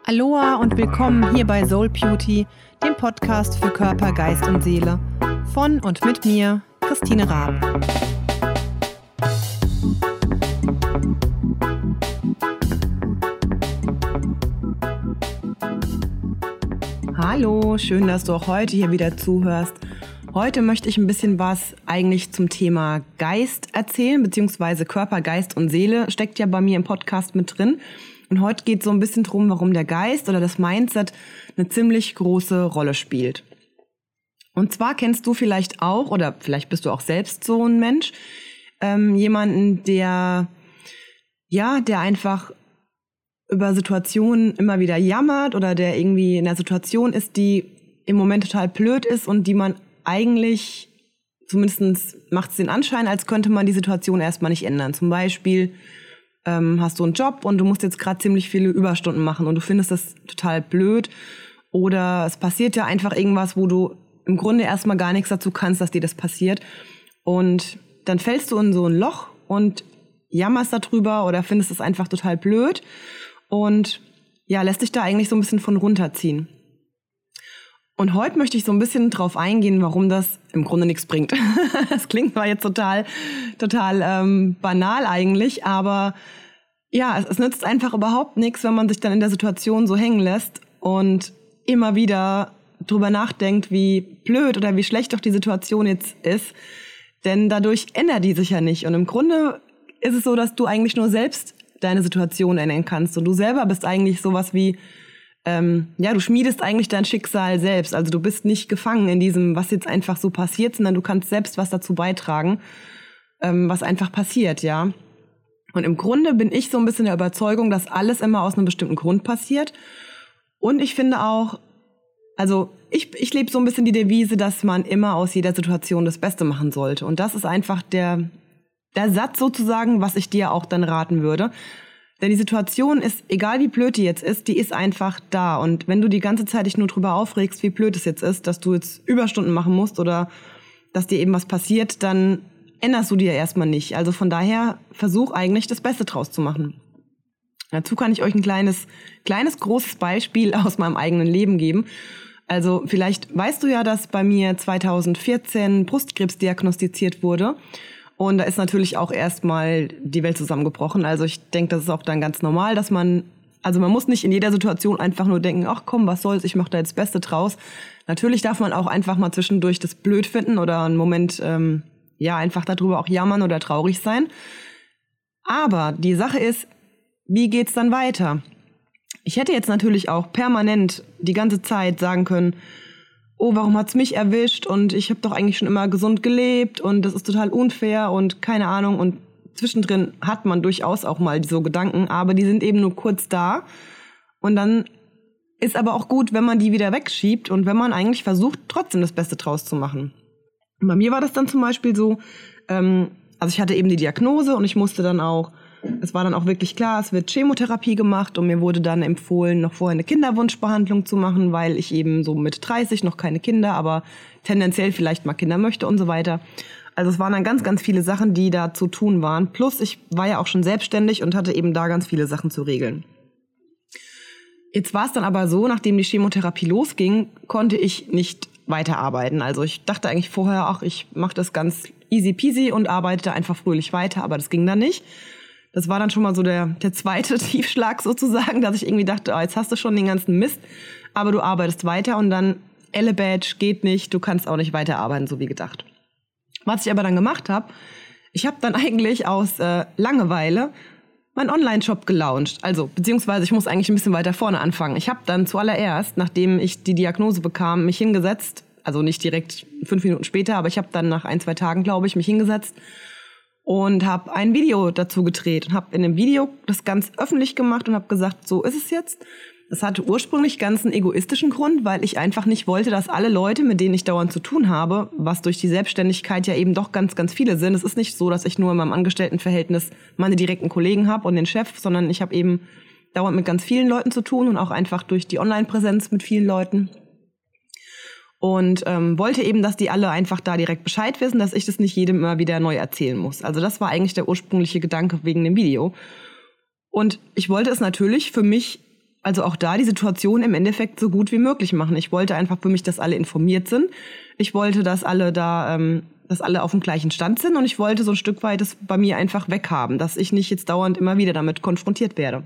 Aloha und willkommen hier bei Soul Beauty, dem Podcast für Körper, Geist und Seele. Von und mit mir, Christine Raab. Hallo, schön, dass du auch heute hier wieder zuhörst. Heute möchte ich ein bisschen was eigentlich zum Thema Geist erzählen, beziehungsweise Körper, Geist und Seele steckt ja bei mir im Podcast mit drin. Und heute geht es so ein bisschen drum, warum der Geist oder das Mindset eine ziemlich große Rolle spielt. Und zwar kennst du vielleicht auch, oder vielleicht bist du auch selbst so ein Mensch, jemanden, der einfach über Situationen immer wieder jammert oder der irgendwie in einer Situation ist, die im Moment total blöd ist und die man eigentlich, zumindest macht es den Anschein, als könnte man die Situation erstmal nicht ändern. Zum Beispiel hast du einen Job und du musst jetzt gerade ziemlich viele Überstunden machen und du findest das total blöd. Oder es passiert ja einfach irgendwas, wo du im Grunde erstmal gar nichts dazu kannst, dass dir das passiert. Und dann fällst du in so ein Loch und jammerst darüber oder findest es einfach total blöd und ja, lässt dich da eigentlich so ein bisschen von runterziehen. Und heute möchte ich so ein bisschen drauf eingehen, warum das im Grunde nichts bringt. Das klingt zwar jetzt total banal eigentlich, aber ja, es nützt einfach überhaupt nichts, wenn man sich dann in der Situation so hängen lässt und immer wieder drüber nachdenkt, wie blöd oder wie schlecht doch die Situation jetzt ist. Denn dadurch ändert die sich ja nicht. Und im Grunde ist es so, dass du eigentlich nur selbst deine Situation ändern kannst. Und du selber bist eigentlich sowas wie du schmiedest eigentlich dein Schicksal selbst. Also du bist nicht gefangen in diesem, was jetzt einfach so passiert, sondern du kannst selbst was dazu beitragen, was einfach passiert, ja. Und im Grunde bin ich so ein bisschen der Überzeugung, dass alles immer aus einem bestimmten Grund passiert. Und ich finde auch, also ich lebe so ein bisschen die Devise, dass man immer aus jeder Situation das Beste machen sollte. Und das ist einfach der Satz sozusagen, was ich dir auch dann raten würde. Denn die Situation ist, egal wie blöd die jetzt ist, die ist einfach da. Und wenn du die ganze Zeit dich nur drüber aufregst, wie blöd es jetzt ist, dass du jetzt Überstunden machen musst oder dass dir eben was passiert, dann änderst du dir erstmal nicht. Also von daher versuch eigentlich das Beste draus zu machen. Dazu kann ich euch ein kleines, großes Beispiel aus meinem eigenen Leben geben. Also vielleicht weißt du ja, dass bei mir 2014 Brustkrebs diagnostiziert wurde. Und da ist natürlich auch erstmal die Welt zusammengebrochen. Also ich denke, das ist auch dann ganz normal, dass man muss nicht in jeder Situation einfach nur denken, ach komm, was soll's, ich mache da jetzt das Beste draus. Natürlich darf man auch einfach mal zwischendurch das blöd finden oder einen Moment, einfach darüber auch jammern oder traurig sein. Aber die Sache ist, wie geht's dann weiter? Ich hätte jetzt natürlich auch permanent die ganze Zeit sagen können, oh, warum hat's mich erwischt und ich habe doch eigentlich schon immer gesund gelebt und das ist total unfair und keine Ahnung. Und zwischendrin hat man durchaus auch mal so Gedanken, aber die sind eben nur kurz da. Und dann ist aber auch gut, wenn man die wieder wegschiebt und wenn man eigentlich versucht, trotzdem das Beste draus zu machen. Und bei mir war das dann zum Beispiel so, ich hatte eben die Diagnose und ich musste dann auch, es war dann auch wirklich klar, es wird Chemotherapie gemacht und mir wurde dann empfohlen, noch vorher eine Kinderwunschbehandlung zu machen, weil ich eben so mit 30 noch keine Kinder, aber tendenziell vielleicht mal Kinder möchte und so weiter. Also es waren dann ganz, ganz viele Sachen, die da zu tun waren. Plus ich war ja auch schon selbstständig und hatte eben da ganz viele Sachen zu regeln. Jetzt war es dann aber so, nachdem die Chemotherapie losging, konnte ich nicht weiterarbeiten. Also ich dachte eigentlich vorher, ich mache das ganz easy peasy und arbeitete einfach fröhlich weiter, aber das ging dann nicht. Das war dann schon mal so der zweite Tiefschlag sozusagen, dass ich irgendwie dachte, jetzt hast du schon den ganzen Mist, aber du arbeitest weiter und dann Badge geht nicht, du kannst auch nicht weiterarbeiten, so wie gedacht. Was ich aber dann gemacht habe, ich habe dann eigentlich aus Langeweile meinen Online-Shop gelauncht. Also, beziehungsweise ich muss eigentlich ein bisschen weiter vorne anfangen. Ich habe dann zuallererst, nachdem ich die Diagnose bekam, mich hingesetzt, also nicht direkt 5 Minuten später, aber ich habe dann nach 1-2 Tagen, glaube ich, mich hingesetzt und habe ein Video dazu gedreht und habe in dem Video das ganz öffentlich gemacht und habe gesagt, so ist es jetzt. Das hatte ursprünglich ganz einen egoistischen Grund, weil ich einfach nicht wollte, dass alle Leute, mit denen ich dauernd zu tun habe, was durch die Selbstständigkeit ja eben doch ganz, ganz viele sind. Es ist nicht so, dass ich nur in meinem Angestelltenverhältnis meine direkten Kollegen habe und den Chef, sondern ich habe eben dauernd mit ganz vielen Leuten zu tun und auch einfach durch die Online-Präsenz mit vielen Leuten. Und wollte eben, dass die alle einfach da direkt Bescheid wissen, dass ich das nicht jedem immer wieder neu erzählen muss. Also das war eigentlich der ursprüngliche Gedanke wegen dem Video. Und ich wollte es natürlich für mich also auch da die Situation im Endeffekt so gut wie möglich machen. Ich wollte einfach für mich, dass alle informiert sind. Ich wollte, dass alle dass alle auf dem gleichen Stand sind und ich wollte so ein Stück weit das bei mir einfach weghaben, dass ich nicht jetzt dauernd immer wieder damit konfrontiert werde.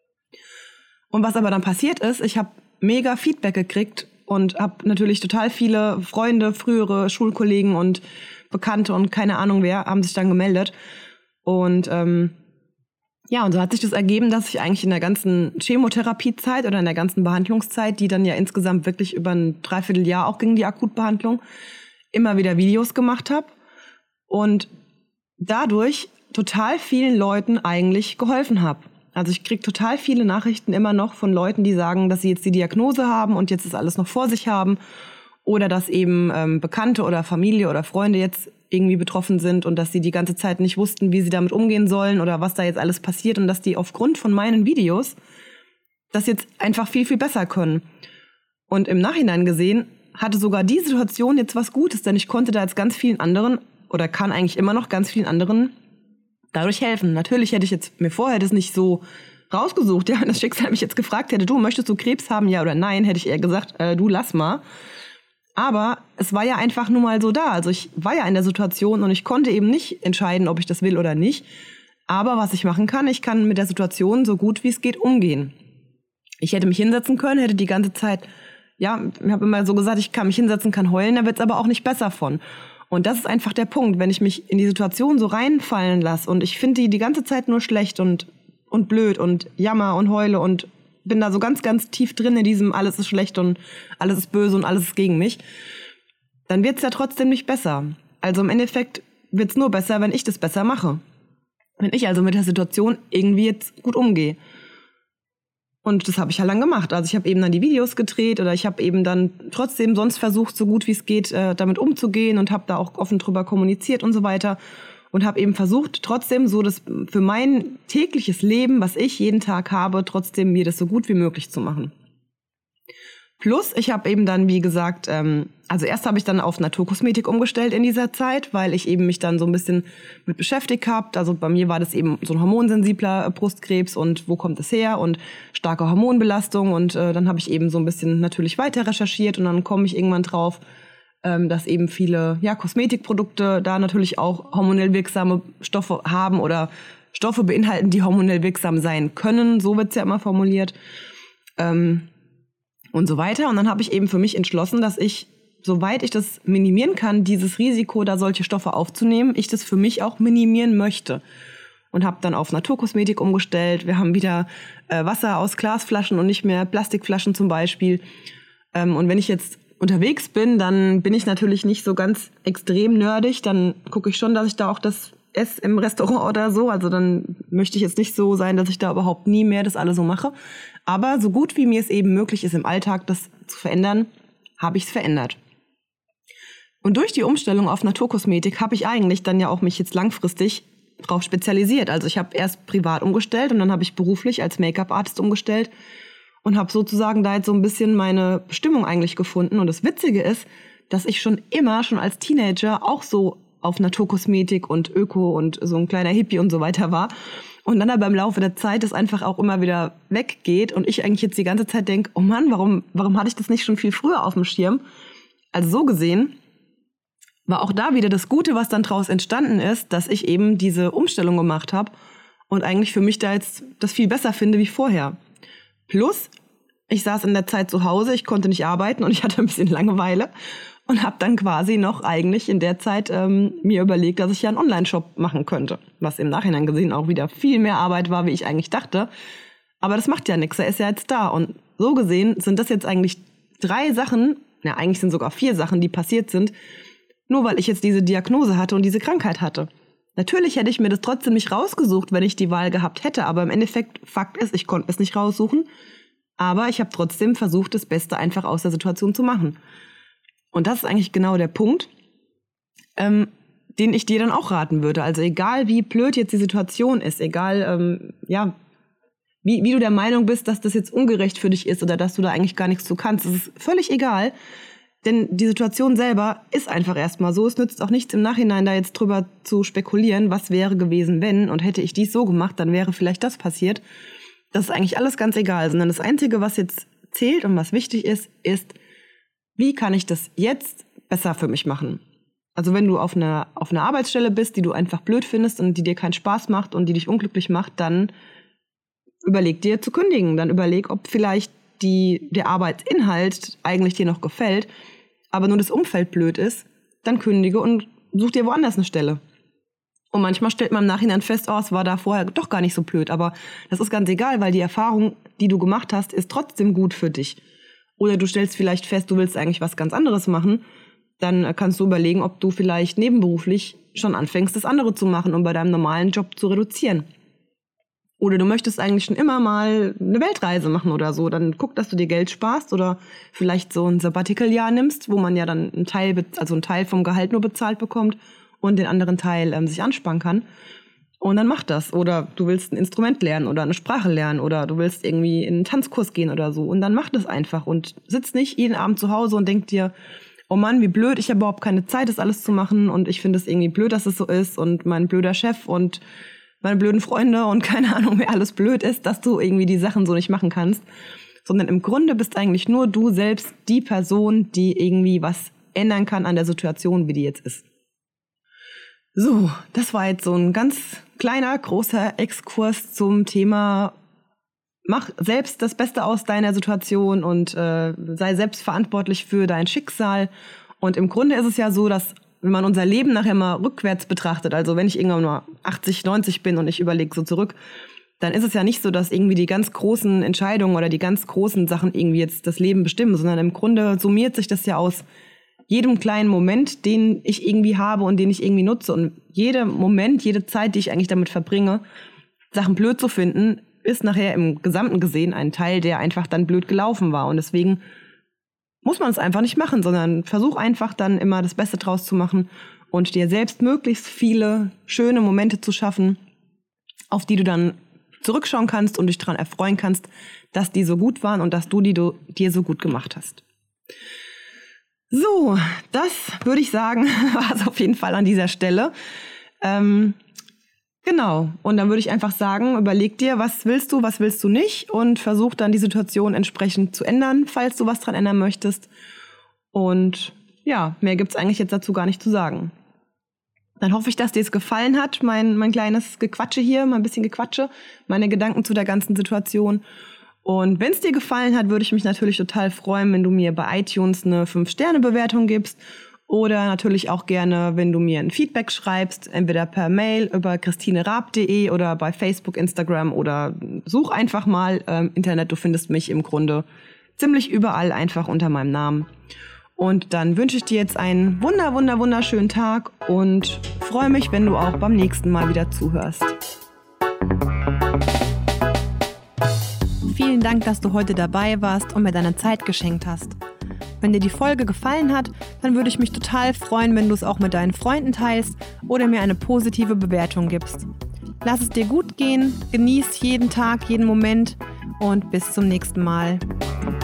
Und was aber dann passiert ist, ich habe mega Feedback gekriegt und habe natürlich total viele Freunde, frühere Schulkollegen und Bekannte und keine Ahnung wer, haben sich dann gemeldet. Und und so hat sich das ergeben, dass ich eigentlich in der ganzen Chemotherapiezeit oder in der ganzen Behandlungszeit, die dann ja insgesamt wirklich über ein Dreivierteljahr auch ging, die Akutbehandlung, immer wieder Videos gemacht habe und dadurch total vielen Leuten eigentlich geholfen habe. Also ich kriege total viele Nachrichten immer noch von Leuten, die sagen, dass sie jetzt die Diagnose haben und jetzt das alles noch vor sich haben oder dass eben Bekannte oder Familie oder Freunde jetzt irgendwie betroffen sind und dass sie die ganze Zeit nicht wussten, wie sie damit umgehen sollen oder was da jetzt alles passiert und dass die aufgrund von meinen Videos das jetzt einfach viel, viel besser können. Und im Nachhinein gesehen hatte sogar die Situation jetzt was Gutes, denn ich konnte da jetzt ganz vielen anderen oder kann eigentlich immer noch ganz vielen anderen dadurch helfen. Natürlich hätte ich jetzt mir vorher das nicht so rausgesucht, ja, wenn das Schicksal mich jetzt gefragt hätte, du, möchtest du Krebs haben, ja oder nein, hätte ich eher gesagt, du lass mal. Aber es war ja einfach nur mal so da. Also ich war ja in der Situation und ich konnte eben nicht entscheiden, ob ich das will oder nicht. Aber was ich machen kann, ich kann mit der Situation so gut wie es geht umgehen. Ich hätte mich hinsetzen können, hätte die ganze Zeit, ja, ich habe immer so gesagt, ich kann mich hinsetzen, kann heulen, da wird es aber auch nicht besser von. Und das ist einfach der Punkt, wenn ich mich in die Situation so reinfallen lasse und ich finde die ganze Zeit nur schlecht und blöd und jammer und heule und bin da so ganz, ganz tief drin in diesem alles ist schlecht und alles ist böse und alles ist gegen mich, dann wird es ja trotzdem nicht besser. Also im Endeffekt wird es nur besser, wenn ich das besser mache. Wenn ich also mit der Situation irgendwie jetzt gut umgehe. Und das habe ich ja lang gemacht. Also ich habe eben dann die Videos gedreht oder ich habe eben dann trotzdem sonst versucht, so gut wie es geht, damit umzugehen und habe da auch offen drüber kommuniziert und so weiter. Und habe eben versucht, trotzdem so das für mein tägliches Leben, was ich jeden Tag habe, trotzdem mir das so gut wie möglich zu machen. Plus, ich habe eben dann, wie gesagt, also erst habe ich dann auf Naturkosmetik umgestellt in dieser Zeit, weil ich eben mich dann so ein bisschen mit beschäftigt habe. Also bei mir war das eben so ein hormonsensibler Brustkrebs und wo kommt es her und starke Hormonbelastung. Und dann habe ich eben so ein bisschen natürlich weiter recherchiert und dann komme ich irgendwann drauf, dass eben viele Kosmetikprodukte da natürlich auch hormonell wirksame Stoffe haben oder Stoffe beinhalten, die hormonell wirksam sein können. So wird's ja immer formuliert. Und so weiter. Und dann habe ich eben für mich entschlossen, dass ich, soweit ich das minimieren kann, dieses Risiko, da solche Stoffe aufzunehmen, ich das für mich auch minimieren möchte. Und habe dann auf Naturkosmetik umgestellt. Wir haben wieder Wasser aus Glasflaschen und nicht mehr Plastikflaschen zum Beispiel. Und wenn ich jetzt unterwegs bin, dann bin ich natürlich nicht so ganz extrem nerdig. Dann gucke ich schon, dass ich da auch das esse im Restaurant oder so. Also dann möchte ich jetzt nicht so sein, dass ich da überhaupt nie mehr das alles so mache. Aber so gut wie mir es eben möglich ist, im Alltag das zu verändern, habe ich es verändert. Und durch die Umstellung auf Naturkosmetik habe ich eigentlich dann ja auch mich jetzt langfristig drauf spezialisiert. Also ich habe erst privat umgestellt und dann habe ich beruflich als Make-up-Artist umgestellt und habe sozusagen da jetzt so ein bisschen meine Bestimmung eigentlich gefunden. Und das Witzige ist, dass ich schon als Teenager auch so auf Naturkosmetik und Öko und so ein kleiner Hippie und so weiter war. Und dann aber im Laufe der Zeit es einfach auch immer wieder weggeht und ich eigentlich jetzt die ganze Zeit denke, oh Mann, warum hatte ich das nicht schon viel früher auf dem Schirm? Also so gesehen war auch da wieder das Gute, was dann draus entstanden ist, dass ich eben diese Umstellung gemacht habe und eigentlich für mich da jetzt das viel besser finde wie vorher. Plus, ich saß in der Zeit zu Hause, ich konnte nicht arbeiten und ich hatte ein bisschen Langeweile und habe dann quasi noch eigentlich in der Zeit mir überlegt, dass ich ja einen Online-Shop machen könnte. Was im Nachhinein gesehen auch wieder viel mehr Arbeit war, wie ich eigentlich dachte. Aber das macht ja nichts, er ist ja jetzt da. Und so gesehen sind das jetzt eigentlich 3 Sachen, eigentlich sind sogar 4 Sachen, die passiert sind, nur weil ich jetzt diese Diagnose hatte und diese Krankheit hatte. Natürlich hätte ich mir das trotzdem nicht rausgesucht, wenn ich die Wahl gehabt hätte. Aber im Endeffekt, Fakt ist, ich konnte es nicht raussuchen. Aber ich habe trotzdem versucht, das Beste einfach aus der Situation zu machen. Und das ist eigentlich genau der Punkt, den ich dir dann auch raten würde. Also egal, wie blöd jetzt die Situation ist, egal, wie du der Meinung bist, dass das jetzt ungerecht für dich ist oder dass du da eigentlich gar nichts zu kannst, es ist völlig egal. Denn die Situation selber ist einfach erstmal so. Es nützt auch nichts im Nachhinein da jetzt drüber zu spekulieren, was wäre gewesen, wenn und hätte ich dies so gemacht, dann wäre vielleicht das passiert. Das ist eigentlich alles ganz egal, sondern das Einzige, was jetzt zählt und was wichtig ist, wie kann ich das jetzt besser für mich machen? Also wenn du auf einer Arbeitsstelle bist, die du einfach blöd findest und die dir keinen Spaß macht und die dich unglücklich macht, dann überleg dir zu kündigen. Dann überleg, ob vielleicht der Arbeitsinhalt eigentlich dir noch gefällt, aber nur das Umfeld blöd ist, dann kündige und such dir woanders eine Stelle. Und manchmal stellt man im Nachhinein fest, es war da vorher doch gar nicht so blöd, aber das ist ganz egal, weil die Erfahrung, die du gemacht hast, ist trotzdem gut für dich. Oder du stellst vielleicht fest, du willst eigentlich was ganz anderes machen, dann kannst du überlegen, ob du vielleicht nebenberuflich schon anfängst, das andere zu machen, um bei deinem normalen Job zu reduzieren. Oder du möchtest eigentlich schon immer mal eine Weltreise machen oder so. Dann guck, dass du dir Geld sparst oder vielleicht so ein Sabbatical-Jahr nimmst, wo man ja dann einen Teil vom Gehalt nur bezahlt bekommt und den anderen Teil sich ansparen kann. Und dann mach das. Oder du willst ein Instrument lernen oder eine Sprache lernen oder du willst irgendwie in einen Tanzkurs gehen oder so. Und dann mach das einfach und sitz nicht jeden Abend zu Hause und denk dir, oh Mann, wie blöd, ich habe überhaupt keine Zeit, das alles zu machen und ich finde es irgendwie blöd, dass es so ist und mein blöder Chef und meine blöden Freunde und keine Ahnung, wer alles blöd ist, dass du irgendwie die Sachen so nicht machen kannst. Sondern im Grunde bist eigentlich nur du selbst die Person, die irgendwie was ändern kann an der Situation, wie die jetzt ist. So, das war jetzt so ein ganz kleiner, großer Exkurs zum Thema mach selbst das Beste aus deiner Situation und sei selbst verantwortlich für dein Schicksal. Und im Grunde ist es ja so, dass wenn man unser Leben nachher mal rückwärts betrachtet, also wenn ich irgendwann nur 80, 90 bin und ich überlege so zurück, dann ist es ja nicht so, dass irgendwie die ganz großen Entscheidungen oder die ganz großen Sachen irgendwie jetzt das Leben bestimmen, sondern im Grunde summiert sich das ja aus jedem kleinen Moment, den ich irgendwie habe und den ich irgendwie nutze. Und jeder Moment, jede Zeit, die ich eigentlich damit verbringe, Sachen blöd zu finden, ist nachher im Gesamten gesehen ein Teil, der einfach dann blöd gelaufen war. Und deswegen muss man es einfach nicht machen, sondern versuch einfach dann immer das Beste draus zu machen und dir selbst möglichst viele schöne Momente zu schaffen, auf die du dann zurückschauen kannst und dich daran erfreuen kannst, dass die so gut waren und dass du die dir so gut gemacht hast. So, das würde ich sagen, war es auf jeden Fall an dieser Stelle. Genau, und dann würde ich einfach sagen, überleg dir, was willst du nicht und versuch dann die Situation entsprechend zu ändern, falls du was dran ändern möchtest. Und ja, mehr gibt's eigentlich jetzt dazu gar nicht zu sagen. Dann hoffe ich, dass dir es gefallen hat, mein kleines Gequatsche hier, mal ein bisschen Gequatsche, meine Gedanken zu der ganzen Situation. Und wenn es dir gefallen hat, würde ich mich natürlich total freuen, wenn du mir bei iTunes eine 5-Sterne-Bewertung gibst. Oder natürlich auch gerne, wenn du mir ein Feedback schreibst, entweder per Mail über christinerab.de oder bei Facebook, Instagram oder such einfach mal Internet. Du findest mich im Grunde ziemlich überall einfach unter meinem Namen. Und dann wünsche ich dir jetzt einen wunderschönen Tag und freue mich, wenn du auch beim nächsten Mal wieder zuhörst. Vielen Dank, dass du heute dabei warst und mir deine Zeit geschenkt hast. Wenn dir die Folge gefallen hat, dann würde ich mich total freuen, wenn du es auch mit deinen Freunden teilst oder mir eine positive Bewertung gibst. Lass es dir gut gehen, genieß jeden Tag, jeden Moment und bis zum nächsten Mal.